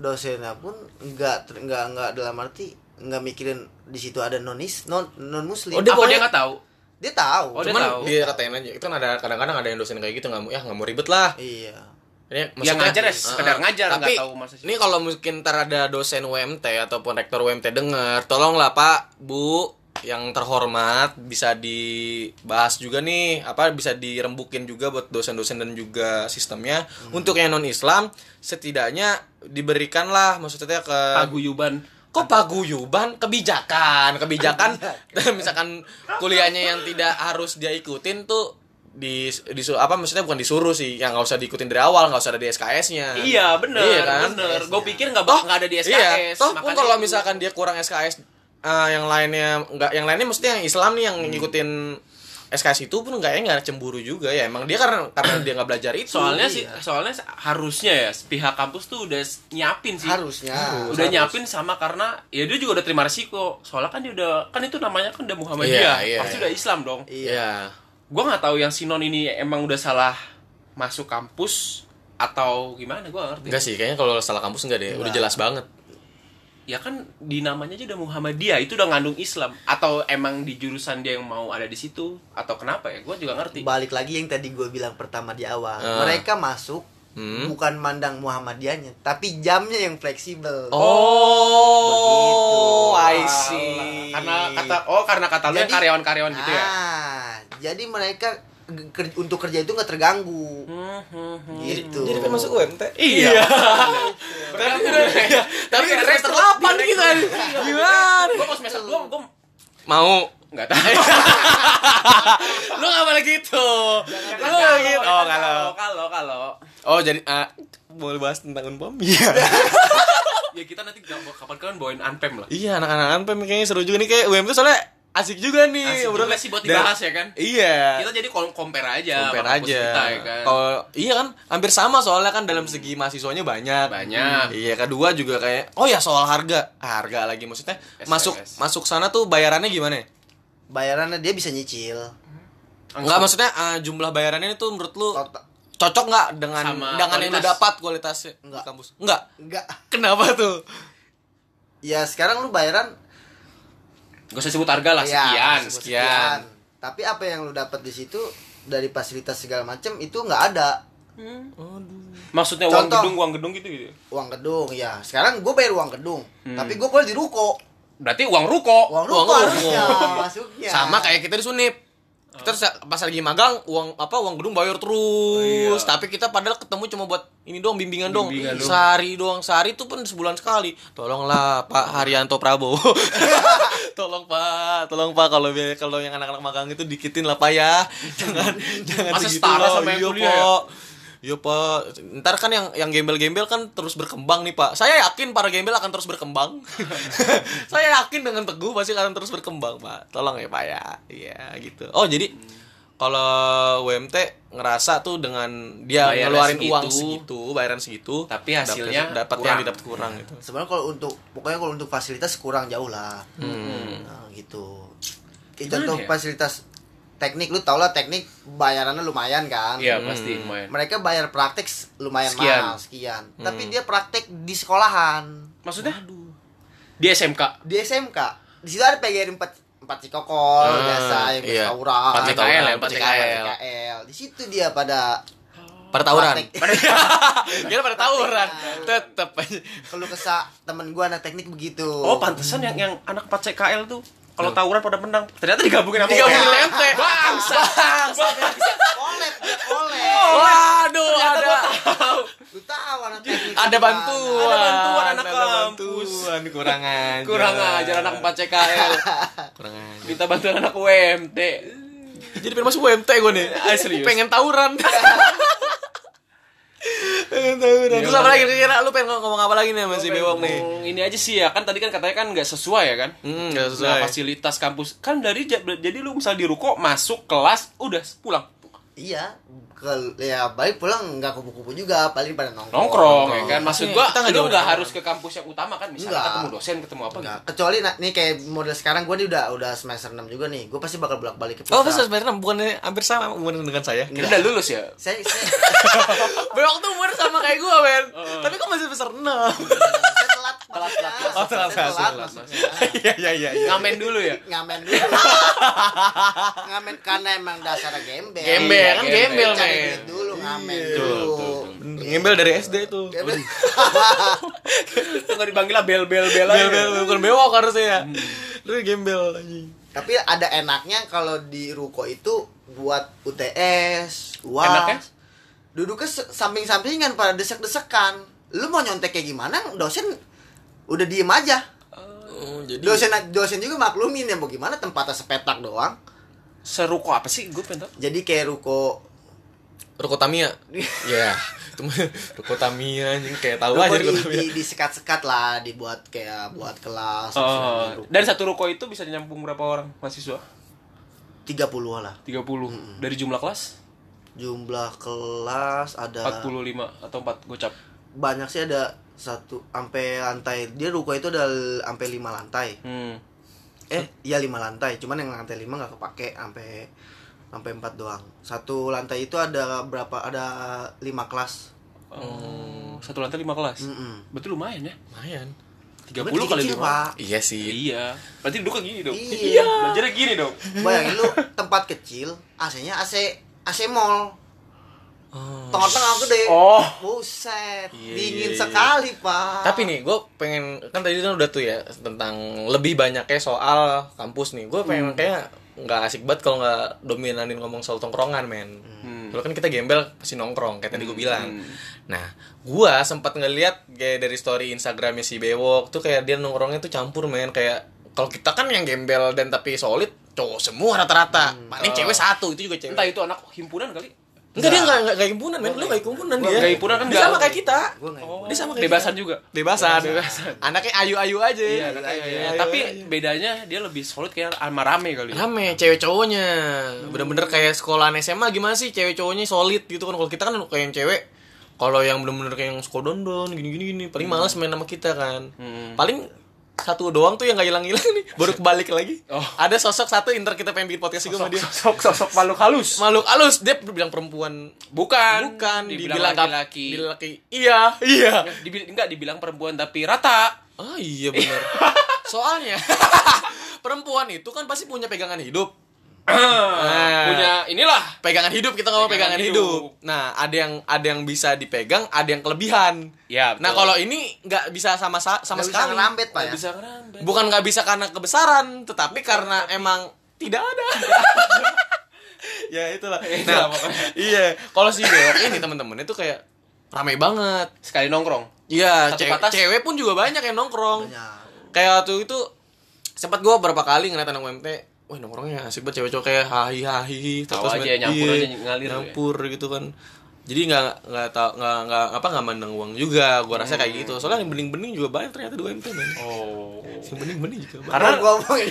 S3: nggak dalam arti nggak mikirin di situ ada non muslim.
S2: Oh, dia nggak tahu.
S3: Dia tahu.
S1: Cuman dia katain aja. Itu kan ada kadang-kadang ada yang dosen kayak gitu nggak mau ribet lah.
S3: Iya.
S1: Ini
S2: yang ngajar ya sekedar ngajar,
S1: tapi
S2: nggak tahu masa sih.
S1: Ini kalau mungkin ntar ada dosen UMT ataupun rektor UMT dengar, tolonglah Pak, Bu, yang terhormat bisa dibahas juga nih, bisa dirembukin juga buat dosen-dosen dan juga sistemnya. Untuk yang non Islam setidaknya diberikanlah maksudnya ke
S2: paguyuban.
S1: Kok paguyuban? Kebijakan misalkan kuliahnya yang tidak harus dia ikutin tuh maksudnya bukan disuruh sih, yang nggak usah diikutin dari awal, nggak usah ada di SKS-nya.
S2: Iya bener. Gue pikir nggak ada di SKS.
S1: Toh pun kalau misalkan dia kurang SKS, yang lainnya mesti yang Islam nih yang ngikutin SKS itu pun nggak cemburu juga ya. Emang dia karena dia nggak belajar itu.
S2: Soalnya harusnya ya pihak kampus tuh udah nyiapin sih. Udah nyiapin sama karena ya dia juga udah terima resiko. Soalnya kan dia kan itu namanya kan udah Muhammadiyah. Pasti udah Islam dong.
S1: Iya.
S2: Gue nggak tahu yang Sinon ini emang udah salah masuk kampus atau gimana, gue ngerti.
S1: Enggak sih, kayaknya kalau salah kampus enggak deh. Udah jelas banget.
S2: Ya kan di namanya aja udah Muhammadiyah, itu udah ngandung Islam. Atau emang di jurusan dia yang mau ada di situ atau kenapa ya? Gue juga ngerti.
S3: Balik lagi yang tadi gue bilang pertama di awal. Mereka masuk bukan mandang Muhammadiyahnya, tapi jamnya yang fleksibel.
S1: Oh, I see.
S2: Karena kata lu yang karyawan-karyawan gitu ya.
S3: Jadi mereka untuk kerja itu nggak terganggu. Gitu.
S1: Jadi kan masuk UMT.
S2: Iya.
S1: Tapi semester 8 gitu. Gimana?
S2: Gue pas semester 2 gue
S1: mau
S2: nggak tahu.
S1: Lu nggak boleh gitu.
S2: Kalau.
S1: Oh jadi boleh bahas tentang Unpam? Iya.
S2: Ya kita nanti kapan-kapan bawain Unpam lah.
S1: Iya, anak-anak Unpam kayaknya seru juga nih, kayak UMT soalnya asik juga nih.
S2: Asik juga sih buat dibahas ya kan.
S1: Iya.
S2: Kita jadi compare aja.
S1: Kita,
S2: ya kan.
S1: Iya kan hampir sama soalnya kan dalam segi mahasiswanya banyak.
S2: Iya,
S1: kedua juga kayak soal harga lagi maksudnya. Masuk sana tuh bayarannya gimana?
S3: Bayarannya dia bisa nyicil.
S1: Enggak, maksudnya jumlah bayarannya itu menurut lu cocok nggak dengan yang lu dapat kualitasnya di kampus? Enggak. Kenapa tuh?
S3: Ya sekarang lu bayaran
S2: gak usah sebut harga lah, sekian. Tapi apa yang lu dapat di situ dari fasilitas segala macam itu nggak ada. Maksudnya uang gedung gitu.
S3: Uang gedung ya. Sekarang gue bayar uang gedung, tapi gue boleh di ruko.
S2: Berarti uang ruko
S3: harusnya masuknya.
S1: Sama kayak kita di Sunip. Kita pas lagi magang uang gedung bayar terus. Tapi kita padahal ketemu cuma buat ini doang, bimbingan doang. Sehari itu pun sebulan sekali. Tolonglah Pak Haryanto Prabowo. Tolong Pak kalau yang anak-anak magang itu dikitin lah Pak ya. Jangan
S2: masa
S1: segitu
S2: setara sama yang kuliah.
S1: Iya Pak, ntar kan yang gembel-gembel kan terus berkembang nih Pak. Saya yakin para gembel akan terus berkembang. Saya yakin dengan teguh pasti akan terus berkembang Pak. Tolong ya Pak ya. Iya gitu. Oh jadi kalau UMT ngerasa tuh dengan dia ngeluarin uang segitu, bayaran segitu,
S2: tapi hasilnya
S1: dapatnya didapat kurang gitu.
S3: Sebenarnya kalau untuk fasilitas kurang jauh lah. Nah, gitu. Contoh fasilitas teknik, lu tau lah teknik bayarannya lumayan kan.
S2: Iya pasti lumayan.
S3: Mereka bayar praktek lumayan
S2: Sekian.
S3: mahal sekian. Tapi dia praktek di sekolahan.
S2: Maksudnya? Di SMK.
S3: Di SMK. Di situ ada PGRI 4 Cikokol biasa yang
S1: iya.
S3: tauran.
S1: 4 CKL ya,
S3: 4 CKL. Di situ dia pada
S1: tawuran.
S3: Dia
S1: pada tawuran. Tetep aja.
S3: Keluh kesah temen gua anak teknik begitu.
S2: Oh, pantesan yang anak 4 CKL tuh kalau tawuran pada menang. Ternyata digabungin sama
S1: UMT.
S2: Bangsa.
S3: Kolep.
S1: Waduh, ada.
S3: Lu tahu anak teknik.
S1: Ada bantuan
S2: anak kampus.
S1: Kurang aja.
S2: Kurang ajar anak 4 CKL.
S1: Kurang aja.
S2: Minta bantuan anak UMT.
S1: Jadi pengen masuk UMT gue nih.
S2: Serius?
S1: Pengen tawuran. Terus apa lagi kira-kira lu pengen ngomong apa lagi nih sama si Bewok nih?
S2: Ini aja sih ya, kan tadi kan katanya kan nggak sesuai ya kan?
S1: Nggak sesuai.
S2: Nah, fasilitas kampus kan jadi lu misal di ruko masuk kelas udah pulang.
S3: Iya, ya balik pulang nggak kupu-kupu juga, paling pada
S2: nongkrong ya kan. Maksud gua
S1: kita
S2: lu nggak harus ke kampus yang utama kan, misalnya
S3: Enggak.
S2: ketemu dosen, ketemu apa
S3: Enggak.
S2: gitu.
S3: Kecuali nih kayak model sekarang gue nih udah semester 6 juga nih. Gue pasti bakal bolak-balik ke
S1: Oh,
S3: pusat.
S1: sebenarnya bukannya hampir sama umur dengan saya.
S2: Kan udah lulus ya?
S3: Saya
S1: Bewok tuh umur sama kayak gue, men. Tapi kok masih semester 6?
S3: telat.
S1: Oh, telat. Iya.
S2: Ngamen dulu ya?
S3: Ngamen dulu. Ngamen karena emang dasarnya gembel.
S1: Gembel, kan gembel,
S3: Cari
S1: men.
S3: duit dulu, ngamen
S2: Betul,
S3: dulu.
S2: betul.
S1: Gembel dari SD tuh.
S3: Gembel.
S2: Itu nggak dipanggil lah bel-bel aja.
S1: Gembel, bukan bewok harusnya ya. Lu gembel anjing.
S3: Tapi ada enaknya kalau di ruko itu buat UTS, UAS.
S2: Enaknya?
S3: Duduknya samping-sampingan pada desek-desekan. Lu mau nyontek kayak gimana? Dosen udah diem aja.
S1: Jadi
S3: Dosen juga maklumin ya, mau gimana tempatnya sepetak doang.
S2: Seruko apa sih? Gue pengen tau.
S3: Jadi kayak ruko
S1: Tamiya. Ya, itu mah Ruko Tamiya anjing kayak tahu
S3: ruko
S1: aja Ruko Tamiya.
S3: di sekat-sekat lah, dibuat kayak buat kelas.
S2: Dan satu ruko itu bisa nyampung berapa orang mahasiswa?
S3: 30 lah.
S2: 30. Dari jumlah kelas?
S3: Jumlah kelas ada
S2: 45 atau 4 gocap.
S3: banyak sih, ada 1 sampai lantai. Dia ruko itu ada sampai 5 lantai. Iya 5 lantai, cuman yang lantai 5 nggak kepake, sampai 4 doang. Satu lantai itu ada berapa? Ada 5 kelas.
S2: Satu lantai 5 kelas. Berarti lumayan ya?
S1: Lumayan.
S2: 30 kali 5.
S3: Pak.
S1: Iya sih.
S2: Iya. Berarti duduknya gini dong.
S3: Iya.
S2: Belajarnya gini dong.
S3: Bayangin lu tempat kecil, AC-nya AC mall. Tengah-tengah gede.
S2: Oh.
S3: Buset,
S1: Iya,
S3: dingin
S1: iya.
S3: sekali, Pak.
S1: Tapi nih, gue pengen, kan tadi kan udah tuh ya tentang lebih banyaknya soal kampus nih. Gue pengen kayak nggak asik banget kalau nggak dominanin ngomong soal tongkrongan, men. Kalau kan kita gembel pasti nongkrong, kayak tadi gue bilang. Nah, gue sempat ngeliat kayak dari story Instagramnya si Bewok tuh kayak dia nongkrongnya tuh campur, men. Kayak kalau kita kan yang gembel dan tapi solid cowok semua rata-rata. Paling cewek satu, itu juga cewek.
S2: Entah itu anak himpunan kali.
S1: Enggak, dia enggak himpunan, men. Lu enggak himpunan dia.
S2: Enggak himpunan kan
S1: dia sama kayak kita. Dia sama kayak
S2: Bebasan
S1: kita.
S2: juga.
S1: Bebasan. Anaknya ayu-ayu aja.
S2: Iya, tapi bedanya dia lebih solid kayak sama rame kali.
S1: Rame cewek cowoknya. Bener-bener kayak sekolahan SMA gimana sih cewek cowoknya solid gitu kan. Kalau kita kan kayak yang cewek, kalau yang bener-bener kayak yang suka dondon gini paling malas main sama kita kan. Paling satu doang tuh yang gak hilang-hilang nih, baru kebalik lagi. Ada sosok satu inter kita pengen bikin podcast juga sama dia.
S2: Sosok makhluk halus.
S1: Makhluk halus, dia bilang perempuan.
S2: Bukan,
S1: dibilang
S2: laki-laki.
S1: Iya.
S2: Dibilang perempuan tapi rata.
S1: Ah iya benar. Soalnya perempuan itu kan pasti punya pegangan hidup.
S2: Punya inilah
S1: Pegangan hidup, kita ngomong pegangan hidup. Nah, ada yang bisa dipegang, ada yang kelebihan.
S2: Ya,
S1: nah, kalau ini nggak bisa sama sekali.
S3: Bisa ngerambet, Pak ya.
S2: bisa ngerambet.
S1: Bukan nggak bisa karena kebesaran, tetapi karena emang tidak ada. Ya itulah. Nah, iya. Kalau si Bewok ini teman-teman itu kayak ramai banget.
S2: Sekali nongkrong.
S1: Iya,
S2: Satu patas.
S1: cewek pun juga banyak yang nongkrong.
S3: Banyak.
S1: Kayak waktu itu sempat gue berapa kali ngeliat anak UMT, wah nongkrongnya asik banget, cewek-cewek kayak hahi
S2: Tahu aja, nyampur aja, ngalir
S1: nyampur gitu kan. Jadi nggak mandang uang juga, gue rasa kayak gitu. Soalnya yang bening-bening juga banyak ternyata di UMT, men. Yang bening-bening juga banyak.
S2: Karena
S3: gua ngomongin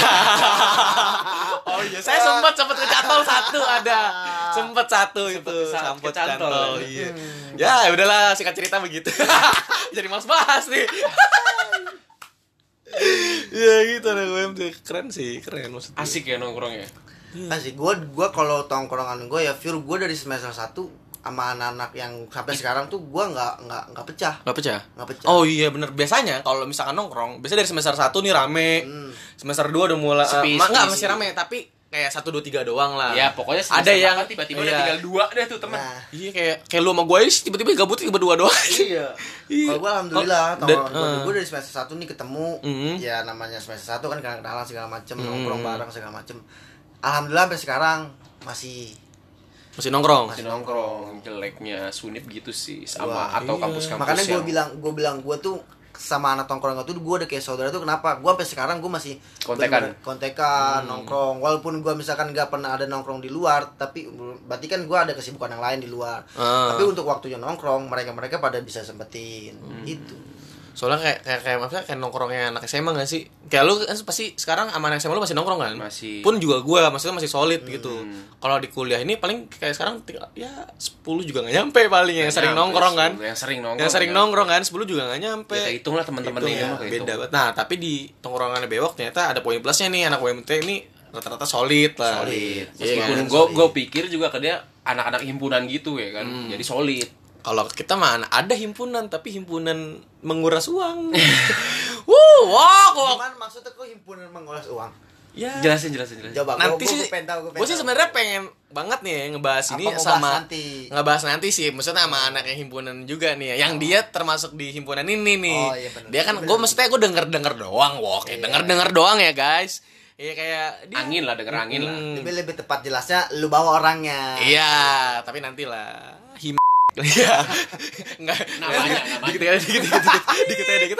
S1: Oh iya, saya sempat kecantol satu ada. Sempat satu itu, sempat kecantol. Iya. Ya, udahlah singkat cerita begitu. Jadi mas bahas nih. Ya gitu ada UMT, keren sih, keren maksudnya.
S2: asik ya nongkrongnya.
S3: Asik, gua kalau tongkrongan gue ya pure gue dari semester 1 sama anak-anak yang sampai sekarang tuh gue nggak pecah.
S1: Nggak pecah. Oh iya bener, biasanya kalau misalkan nongkrong biasanya dari semester 1 nih rame. Semester 2 udah mulai enggak masih rame tapi kayak 1 2 3 doang lah.
S2: Ya pokoknya
S1: ada yang
S2: tiba-tiba udah tinggal 2 deh tuh teman.
S1: Nah, iya kayak lu sama gue sih tiba-tiba gabut berdua doang.
S3: Iya. Kalau gue alhamdulillah gue dari semester 1 nih ketemu ya namanya semester 1 kan kenalan segala macem, nongkrong bareng segala macem. Alhamdulillah sampai sekarang masih
S1: nongkrong.
S2: Jeleknya Sunip gitu sih sama atau kampus-kampus.
S3: Makanya gue bilang gue tuh sama anak tongkrongan tuh gue udah kayak saudara tuh. Kenapa? Gue sampai sekarang gue masih kontekan nongkrong. Walaupun gue misalkan gak pernah ada nongkrong di luar, tapi berarti kan gue ada kesibukan yang lain di luar. Tapi untuk waktunya nongkrong mereka pada bisa sempetin gitu.
S1: Soalnya kayak nongkrongnya anak SMA gak sih? Kayak lu kan pasti sekarang sama anak SMA lu masih nongkrong kan?
S2: Masih.
S1: Pun juga gue maksudnya masih solid gitu. Kalau di kuliah ini paling kayak sekarang ya 10 juga gak nyampe paling yang sering nongkrong kan? Yang sering nongkrong kan 10 juga gak nyampe.
S2: Ya hitunglah teman-teman ini mah
S1: beda banget. Nah, tapi di tongkrongan Bewok ternyata ada poin plusnya nih, anak UMT ini rata-rata solid lah.
S2: Meskipun gue pikir juga ke dia anak-anak himpunan gitu ya kan. Jadi solid.
S1: Kalau kita mah ada himpunan tapi himpunan menguras uang. Gimana
S3: maksudnya kok himpunan menguras uang?
S1: Ya.
S2: Jelasin.
S1: Coba nanti sih. Gue sih sebenarnya pengen banget nih ngebahas ini sama ngebahas nanti sih. Maksudnya sama anak yang himpunan juga nih, yang dia termasuk di himpunan ini nih.
S3: Oh, iya bener.
S1: Dia kan gue maksudnya gue denger doang, denger doang ya guys. Iya kayak dia,
S2: angin lah.
S3: Lebih tepat jelasnya lu bawa orangnya.
S1: Iya, tapi nantilah. Iya. Enggak
S2: namanya.
S1: Dikit.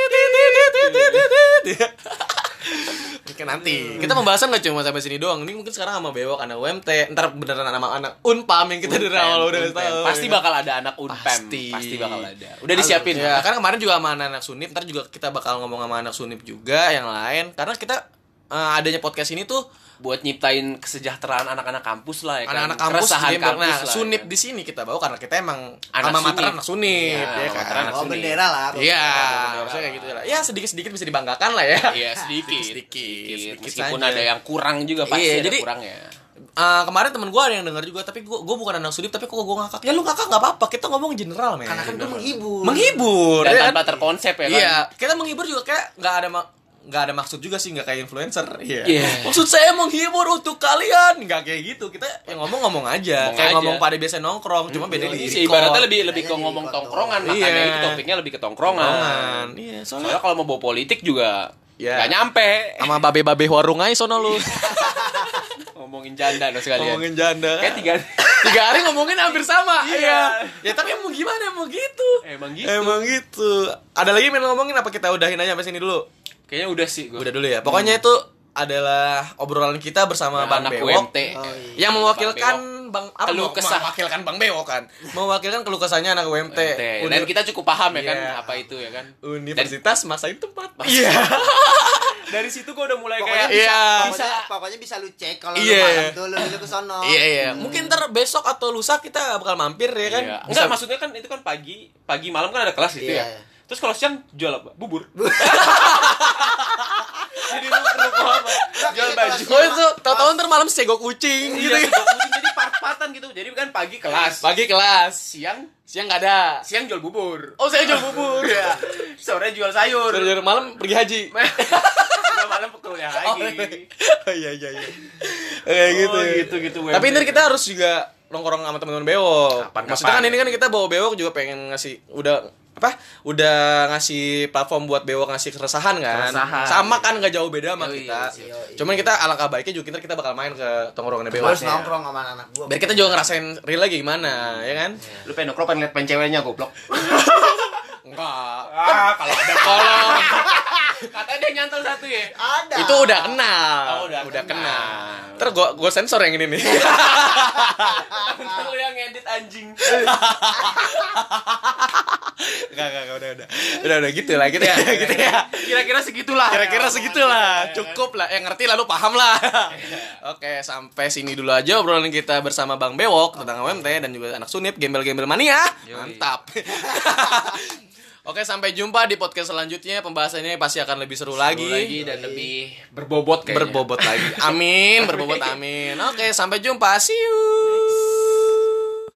S1: Mungkin nanti. Kita pembahasan enggak cuma sampai sini doang. Ini mungkin sekarang sama Bewok anak UMT, ntar beneran sama anak Unpam yang kita dari awal udah tahu.
S2: Pasti bakal ada anak Unpam. Pasti bakal ada. Udah disiapin
S1: ya. Karena kemarin juga sama anak Sunip, ntar juga kita bakal ngomong sama anak Sunip juga yang lain. Karena kita adanya podcast ini tuh
S2: buat nyiptain kesejahteraan anak-anak kampus lah ya kan.
S1: Anak-anak kampus
S2: kampus
S1: lah.
S2: ya
S1: Sunip
S2: kan?
S1: di sini kita bawa karena kita emang anak Sunip ya kan.
S3: Bendera lah.
S1: Iya, maksudnya kayak gitu lah. Ya sedikit-sedikit bisa dibanggakan lah ya.
S2: Iya, sedikit. Meskipun ada yang kurang juga pasti ada kurangnya.
S1: Kemarin temen gue ada yang denger juga, tapi gue bukan anak Sunip, tapi kok gue ngakak. Ya lu ngakak gak apa-apa, kita ngomong general men.
S3: Karena kan gue
S1: menghibur
S2: dan
S1: ya
S2: tanpa terkonsep ya kan.
S1: Iya, kita menghibur juga kayak nggak ada maksud juga sih, nggak kayak influencer. Maksud saya menghibur untuk kalian, nggak kayak gitu. Kita yang ngomong aja, ngomong pada biasa nongkrong, cuma beda di
S2: ibaratnya lebih ke ngomong tongkrongan. Makanya itu topiknya lebih ke tongkrongan.
S1: Iya,
S2: soalnya kalau mau bawa politik juga nggak nyampe.
S1: Sama babe-babe warung aja sono lu.
S2: Ngomongin janda sekalian.
S1: Kayak 3 hari ngomongin hampir sama. Iya. Ya tapi mau gimana, mau gitu. Emang gitu. Ada lagi yang ngomongin apa kita udahin aja sampai sini dulu?
S2: Kayaknya udah sih gua.
S1: Udah dulu ya. Pokoknya itu adalah obrolan kita bersama Bang Bewok yang mewakilkan mewakilkan Bang Bewok kan. Mewakilkan keluh kesahnya anak UMT.
S2: Dan kita cukup paham ya kan apa itu ya kan.
S1: Universitas masain tempat.
S2: Iya. Dari situ gua udah mulai
S3: pokoknya bisa lu cek kalau lu malam tuh lu ke sono.
S1: Iya. Mungkin ntar besok atau lusa kita bakal mampir ya kan.
S2: Enggak, maksudnya kan itu kan pagi malam kan ada kelas gitu ya. Terus kalau siang jual apa? Bubur. Jadi lu perlu apa? Jual baju.
S1: Oh itu tahu-tahu ntar malam segok kucing gitu.
S2: Iya, segok kucing jadi part-partan gitu. Jadi kan pagi kelas. Siang
S1: nggak ada.
S2: Siang jual bubur.
S1: Oh saya jual bubur.
S2: Ya. Sore jual sayur.
S1: Malam pergi haji.
S2: Malam kuliah lagi.
S1: Oh iya. Kayak gitu. Tapi ntar kita harus juga nongkrong sama teman-teman Bewok. Maksudnya kan ini kan kita bawa Bewok juga pengen ngasih udah ngasih platform buat Bewok ngasih keresahan kan. Sama kan nggak jauh beda sama kita. Cuman kita alangkah baiknya juga kita bakal main ke tongkrongan Bewok.
S3: Harus nongkrong sama anak gua.
S1: Biar kita juga ngerasain real lagi gimana, ya kan?
S2: Lu pengen nongkrong pengen liat ceweknya goblok.
S1: Enggak.
S2: Kalau katanya dia nyantol satu ya.
S3: Ada.
S1: Itu udah kenal.
S2: Udah kenal.
S1: Ntar gua sensor yang ini nih.
S2: Lu yang ngedit anjing.
S1: Enggak, udah gitu lah gitu ya.
S2: Kira-kira segitulah.
S1: Cukup lah. Ngerti lah, lu paham lah. Oke, sampai sini dulu aja obrolan kita bersama Bang Bewok tentang OMT dan juga anak Sunip, gembel-gembel mania. Mantap. Oke, sampai jumpa di podcast selanjutnya. Pembahasannya pasti akan lebih seru lagi
S2: dan lebih berbobot kayaknya.
S1: Berbobot lagi. Amin, berbobot amin. Oke, sampai jumpa. See you.